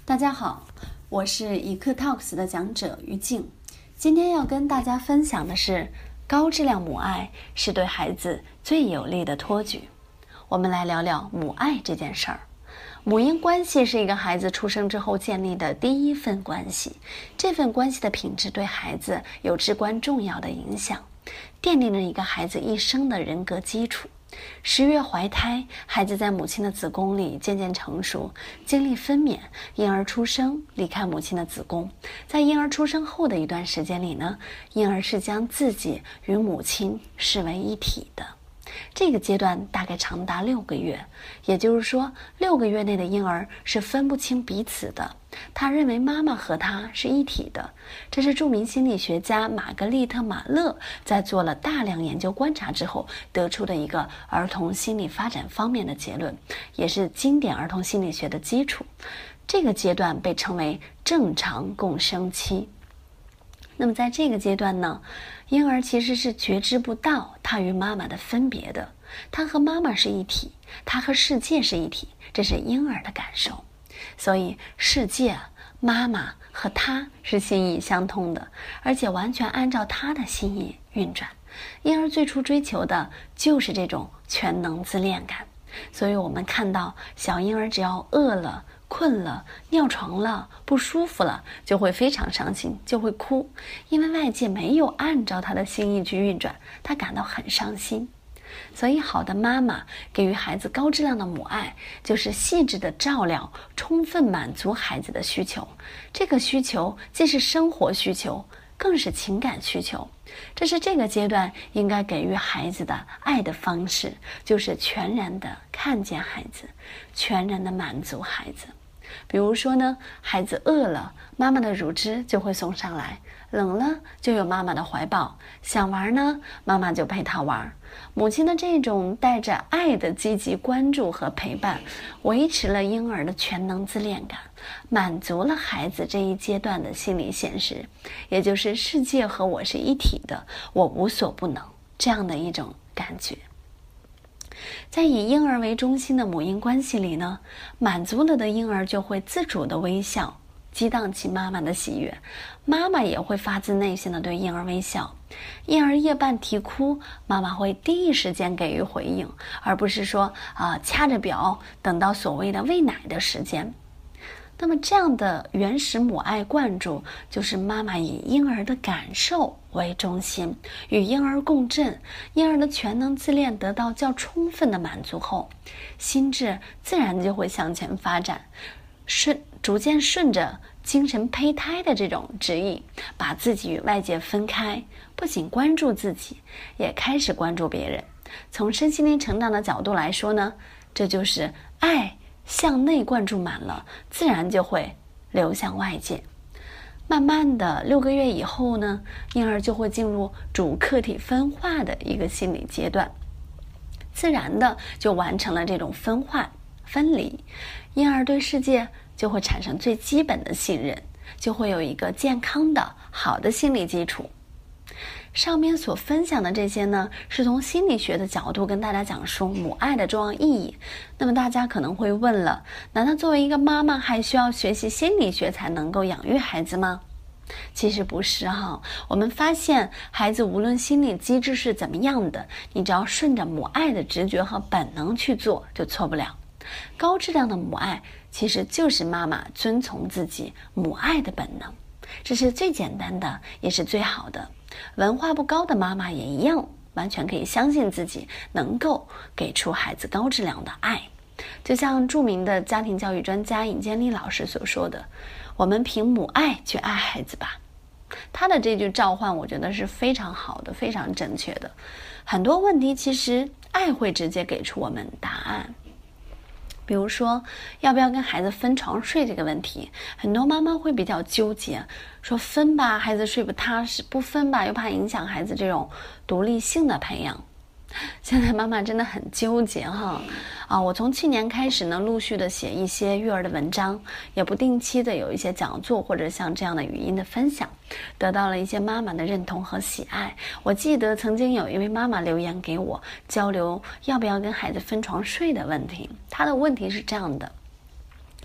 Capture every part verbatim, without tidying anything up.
大家好，我是一课 Talks 的讲者于静。今天要跟大家分享的是，高质量母爱是对孩子最有力的托举。我们来聊聊母爱这件事儿。母婴关系是一个孩子出生之后建立的第一份关系，这份关系的品质对孩子有至关重要的影响，奠定了一个孩子一生的人格基础。十月怀胎，孩子在母亲的子宫里渐渐成熟，经历分娩，婴儿出生，离开母亲的子宫。在婴儿出生后的一段时间里呢，婴儿是将自己与母亲视为一体的。这个阶段大概长达六个月，也就是说，六个月内的婴儿是分不清彼此的。他认为妈妈和他是一体的，这是著名心理学家玛格丽特·马勒在做了大量研究观察之后得出的一个儿童心理发展方面的结论，也是经典儿童心理学的基础。这个阶段被称为正常共生期。那么在这个阶段呢，婴儿其实是觉知不到他与妈妈的分别的，他和妈妈是一体，他和世界是一体，这是婴儿的感受。所以世界、妈妈和他是心意相通的，而且完全按照他的心意运转。婴儿最初追求的就是这种全能自恋感，所以我们看到小婴儿只要饿了、困了、尿床了、不舒服了，就会非常伤心，就会哭，因为外界没有按照他的心意去运转，他感到很伤心。所以好的妈妈给予孩子高质量的母爱，就是细致的照料，充分满足孩子的需求。这个需求既是生活需求，更是情感需求。这是这个阶段应该给予孩子的爱的方式，就是全然的看见孩子，全然的满足孩子。比如说呢，孩子饿了，妈妈的乳汁就会送上来，冷了就有妈妈的怀抱，想玩呢，妈妈就陪他玩。母亲的这种带着爱的积极关注和陪伴，维持了婴儿的全能自恋感，满足了孩子这一阶段的心理现实，也就是世界和我是一体的，我无所不能，这样的一种感觉。在以婴儿为中心的母婴关系里呢，满足了的婴儿就会自主的微笑，激荡起妈妈的喜悦，妈妈也会发自内心的对婴儿微笑。婴儿夜半啼哭，妈妈会第一时间给予回应，而不是说啊、呃、掐着表等到所谓的喂奶的时间。那么这样的原始母爱灌注，就是妈妈以婴儿的感受为中心，与婴儿共振，婴儿的全能自恋得到较充分的满足后，心智自然就会向前发展，顺逐渐顺着精神胚胎的这种指引，把自己与外界分开，不仅关注自己，也开始关注别人。从身心灵成长的角度来说呢，这就是爱向内灌注满了，自然就会流向外界。慢慢的，六个月以后呢，婴儿就会进入主客体分化的一个心理阶段，自然的就完成了这种分化分离。婴儿对世界就会产生最基本的信任，就会有一个健康的好的心理基础。上面所分享的这些呢，是从心理学的角度跟大家讲述母爱的重要意义。那么大家可能会问了，难道作为一个妈妈还需要学习心理学才能够养育孩子吗？其实不是哈，我们发现孩子无论心理机制是怎么样的，你只要顺着母爱的直觉和本能去做，就错不了。高质量的母爱其实就是妈妈遵从自己母爱的本能，这是最简单的，也是最好的。文化不高的妈妈也一样，完全可以相信自己能够给出孩子高质量的爱。就像著名的家庭教育专家尹建莉老师所说的，我们凭母爱去爱孩子吧。他的这句召唤我觉得是非常好的，非常正确的。很多问题其实爱会直接给出我们答案。比如说要不要跟孩子分床睡这个问题，很多妈妈会比较纠结，说分吧孩子睡不踏实，不分吧又怕影响孩子这种独立性的培养。现在妈妈真的很纠结哈啊！我从去年开始呢，陆续的写一些育儿的文章，也不定期的有一些讲座或者像这样的语音的分享，得到了一些妈妈的认同和喜爱。我记得曾经有一位妈妈留言给我交流要不要跟孩子分床睡的问题，她的问题是这样的：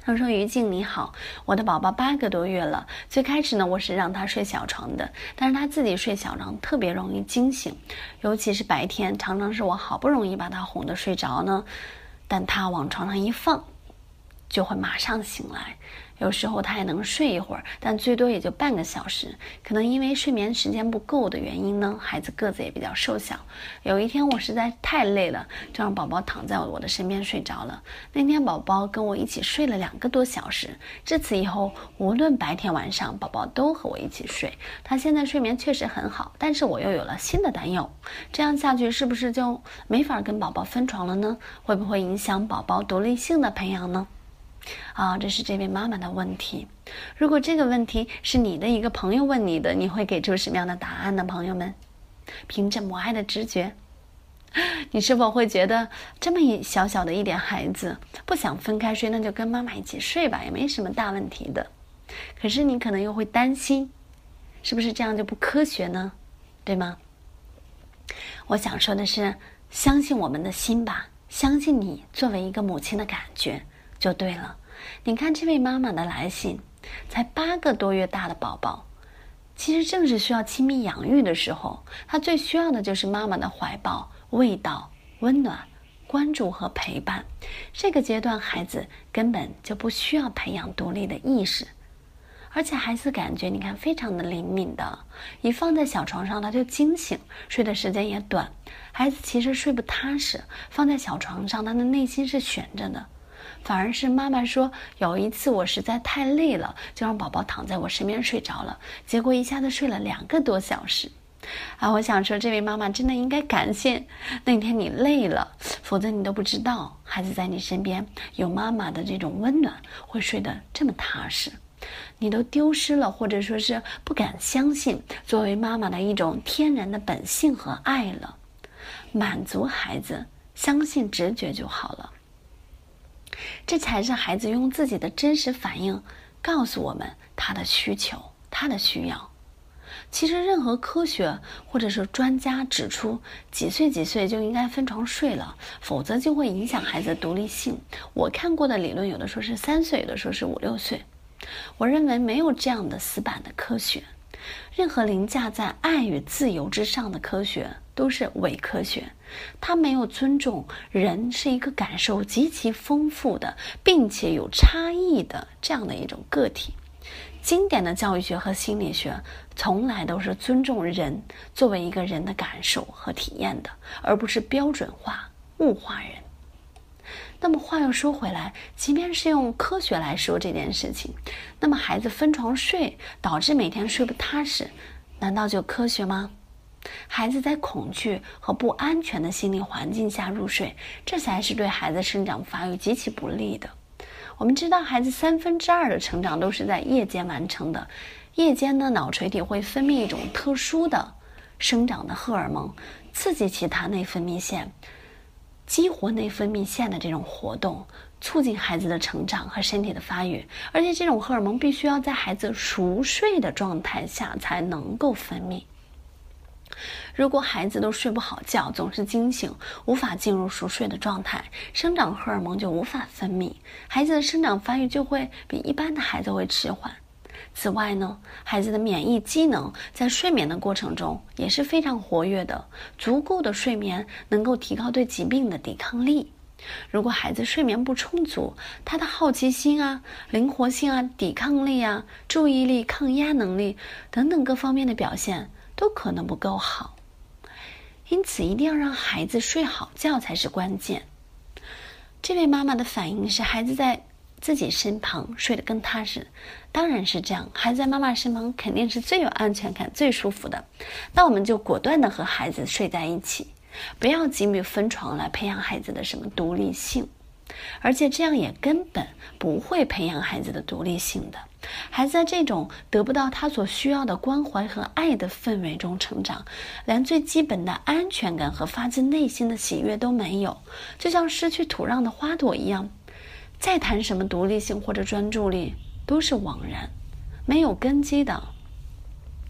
他说：于静你好，我的宝宝八个多月了，最开始呢我是让他睡小床的，但是他自己睡小床特别容易惊醒，尤其是白天，常常是我好不容易把他哄得睡着呢，但他往床上一放就会马上醒来，有时候他也能睡一会儿，但最多也就半个小时。可能因为睡眠时间不够的原因呢，孩子个子也比较瘦小。有一天我实在太累了，就让宝宝躺在我的身边睡着了。那天宝宝跟我一起睡了两个多小时，自此以后无论白天晚上宝宝都和我一起睡。他现在睡眠确实很好，但是我又有了新的担忧，这样下去是不是就没法跟宝宝分床了呢？会不会影响宝宝独立性的培养呢？啊，这是这位妈妈的问题。如果这个问题是你的一个朋友问你的，你会给出什么样的答案呢？朋友们，凭着母爱的直觉，你是否会觉得这么一小小的一点孩子不想分开睡，那就跟妈妈一起睡吧，也没什么大问题的。可是你可能又会担心，是不是这样就不科学呢？对吗？我想说的是，相信我们的心吧，相信你作为一个母亲的感觉就对了。你看这位妈妈的来信，才八个多月大的宝宝，其实正是需要亲密养育的时候，他最需要的就是妈妈的怀抱、味道、温暖、关注和陪伴。这个阶段孩子根本就不需要培养独立的意识，而且孩子感觉你看非常的灵敏的，一放在小床上他就惊醒，睡的时间也短。孩子其实睡不踏实，放在小床上他的内心是悬着的。反而是妈妈说，有一次我实在太累了，就让宝宝躺在我身边睡着了，结果一下子睡了两个多小时。啊，我想说这位妈妈真的应该感谢那天你累了，否则你都不知道孩子在你身边有妈妈的这种温暖，会睡得这么踏实。你都丢失了，或者说是不敢相信作为妈妈的一种天然的本性和爱了。满足孩子，相信直觉就好了。这才是孩子用自己的真实反应告诉我们他的需求，他的需要。其实任何科学或者是专家指出几岁几岁就应该分床睡了，否则就会影响孩子的独立性。我看过的理论有的说是三岁，有的说是五六岁。我认为没有这样的死板的科学，任何凌驾在爱与自由之上的科学都是伪科学，它没有尊重人是一个感受极其丰富的并且有差异的这样的一种个体。经典的教育学和心理学从来都是尊重人作为一个人的感受和体验的，而不是标准化物化人。那么话又说回来，即便是用科学来说这件事情，那么孩子分床睡导致每天睡不踏实，难道就科学吗？孩子在恐惧和不安全的心理环境下入睡，这才是对孩子生长发育极其不利的。我们知道孩子三分之二的成长都是在夜间完成的，夜间呢，脑垂体会分泌一种特殊的生长的荷尔蒙，刺激其他内分泌腺，激活内分泌腺的这种活动，促进孩子的成长和身体的发育。而且这种荷尔蒙必须要在孩子熟睡的状态下才能够分泌。如果孩子都睡不好觉，总是惊醒，无法进入熟睡的状态，生长荷尔蒙就无法分泌，孩子的生长发育就会比一般的孩子会迟缓。此外呢，孩子的免疫机能在睡眠的过程中也是非常活跃的，足够的睡眠能够提高对疾病的抵抗力。如果孩子睡眠不充足，他的好奇心啊、灵活性啊、抵抗力啊、注意力、抗压能力等等各方面的表现都可能不够好。因此一定要让孩子睡好觉才是关键。这位妈妈的反应是孩子在自己身旁睡得更踏实，当然是这样，孩子在妈妈身旁肯定是最有安全感、最舒服的。那我们就果断的和孩子睡在一起，不要急于分床来培养孩子的什么独立性，而且这样也根本不会培养孩子的独立性的。孩子在这种得不到他所需要的关怀和爱的氛围中成长，连最基本的安全感和发自内心的喜悦都没有，就像失去土壤的花朵一样，再谈什么独立性或者专注力都是枉然，没有根基的。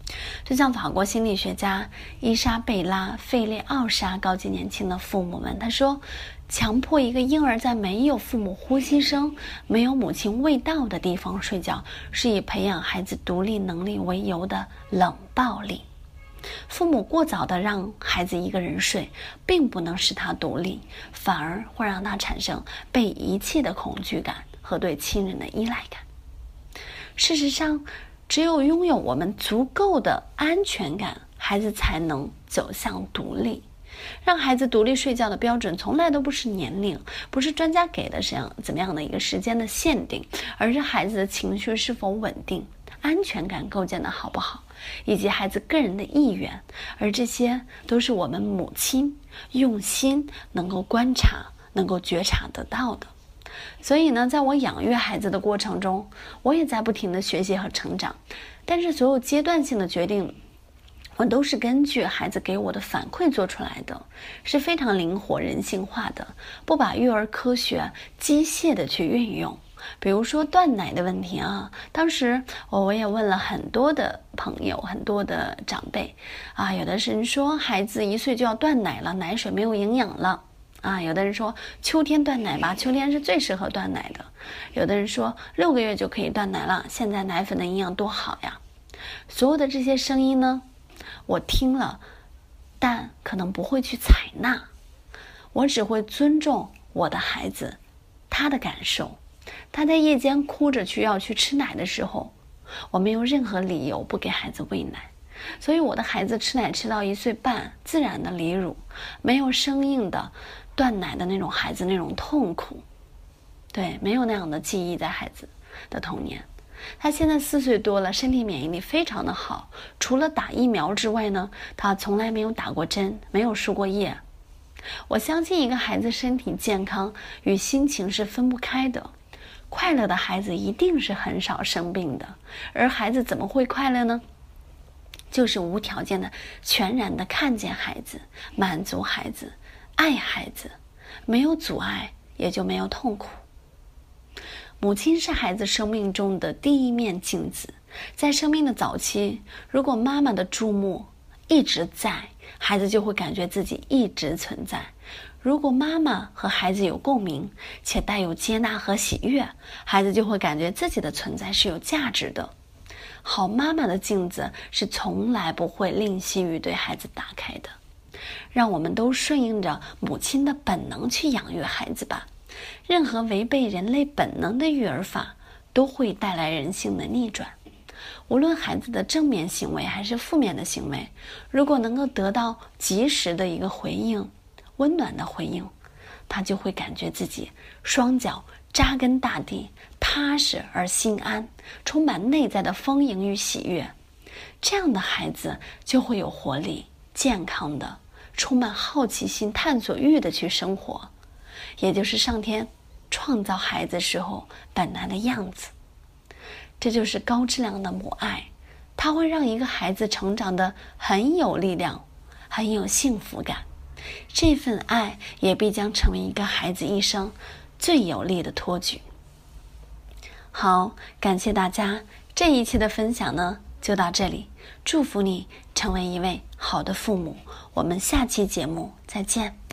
就像法国心理学家伊莎贝拉·费列奥莎告诫年轻的父母们，他说，强迫一个婴儿在没有父母呼吸声、没有母亲味道的地方睡觉，是以培养孩子独立能力为由的冷暴力。父母过早的让孩子一个人睡，并不能使他独立，反而会让他产生被遗弃的恐惧感和对亲人的依赖感。事实上，只有拥有我们足够的安全感，孩子才能走向独立。让孩子独立睡觉的标准从来都不是年龄，不是专家给的这样怎么样的一个时间的限定，而是孩子的情绪是否稳定，安全感构建的好不好，以及孩子个人的意愿，而这些都是我们母亲用心能够观察、能够觉察得到的。所以呢，在我养育孩子的过程中，我也在不停的学习和成长，但是所有阶段性的决定，我都是根据孩子给我的反馈做出来的，是非常灵活人性化的，不把育儿科学机械的去运用。比如说断奶的问题啊，当时我也问了很多的朋友，很多的长辈啊，有的人说孩子一岁就要断奶了，奶水没有营养了啊，有的人说秋天断奶吧，秋天是最适合断奶的，有的人说六个月就可以断奶了，现在奶粉的营养多好呀。所有的这些声音呢，我听了，但可能不会去采纳，我只会尊重我的孩子他的感受。他在夜间哭着去要去吃奶的时候，我没有任何理由不给孩子喂奶，所以我的孩子吃奶吃到一岁半，自然的离乳，没有生硬的断奶的那种孩子那种痛苦，对，没有那样的记忆在孩子的童年。他现在四岁多了，身体免疫力非常的好，除了打疫苗之外呢，他从来没有打过针，没有输过液。我相信一个孩子身体健康与心情是分不开的，快乐的孩子一定是很少生病的，而孩子怎么会快乐呢？就是无条件的、全然的看见孩子，满足孩子，爱孩子，没有阻碍，也就没有痛苦。母亲是孩子生命中的第一面镜子，在生命的早期，如果妈妈的注目一直在，孩子就会感觉自己一直存在。如果妈妈和孩子有共鸣，且带有接纳和喜悦，孩子就会感觉自己的存在是有价值的。好妈妈的镜子是从来不会吝惜于对孩子打开的。让我们都顺应着母亲的本能去养育孩子吧。任何违背人类本能的育儿法都会带来人性的逆转。无论孩子的正面行为还是负面的行为，如果能够得到及时的一个回应，温暖的回应，他就会感觉自己双脚扎根大地，踏实而心安，充满内在的丰盈与喜悦。这样的孩子就会有活力，健康的，充满好奇心、探索欲的去生活，也就是上天创造孩子时候本来的样子。这就是高质量的母爱，它会让一个孩子成长得很有力量，很有幸福感。这份爱也必将成为一个孩子一生最有力的托举。好，感谢大家，这一期的分享呢就到这里，祝福你成为一位好的父母，我们下期节目再见。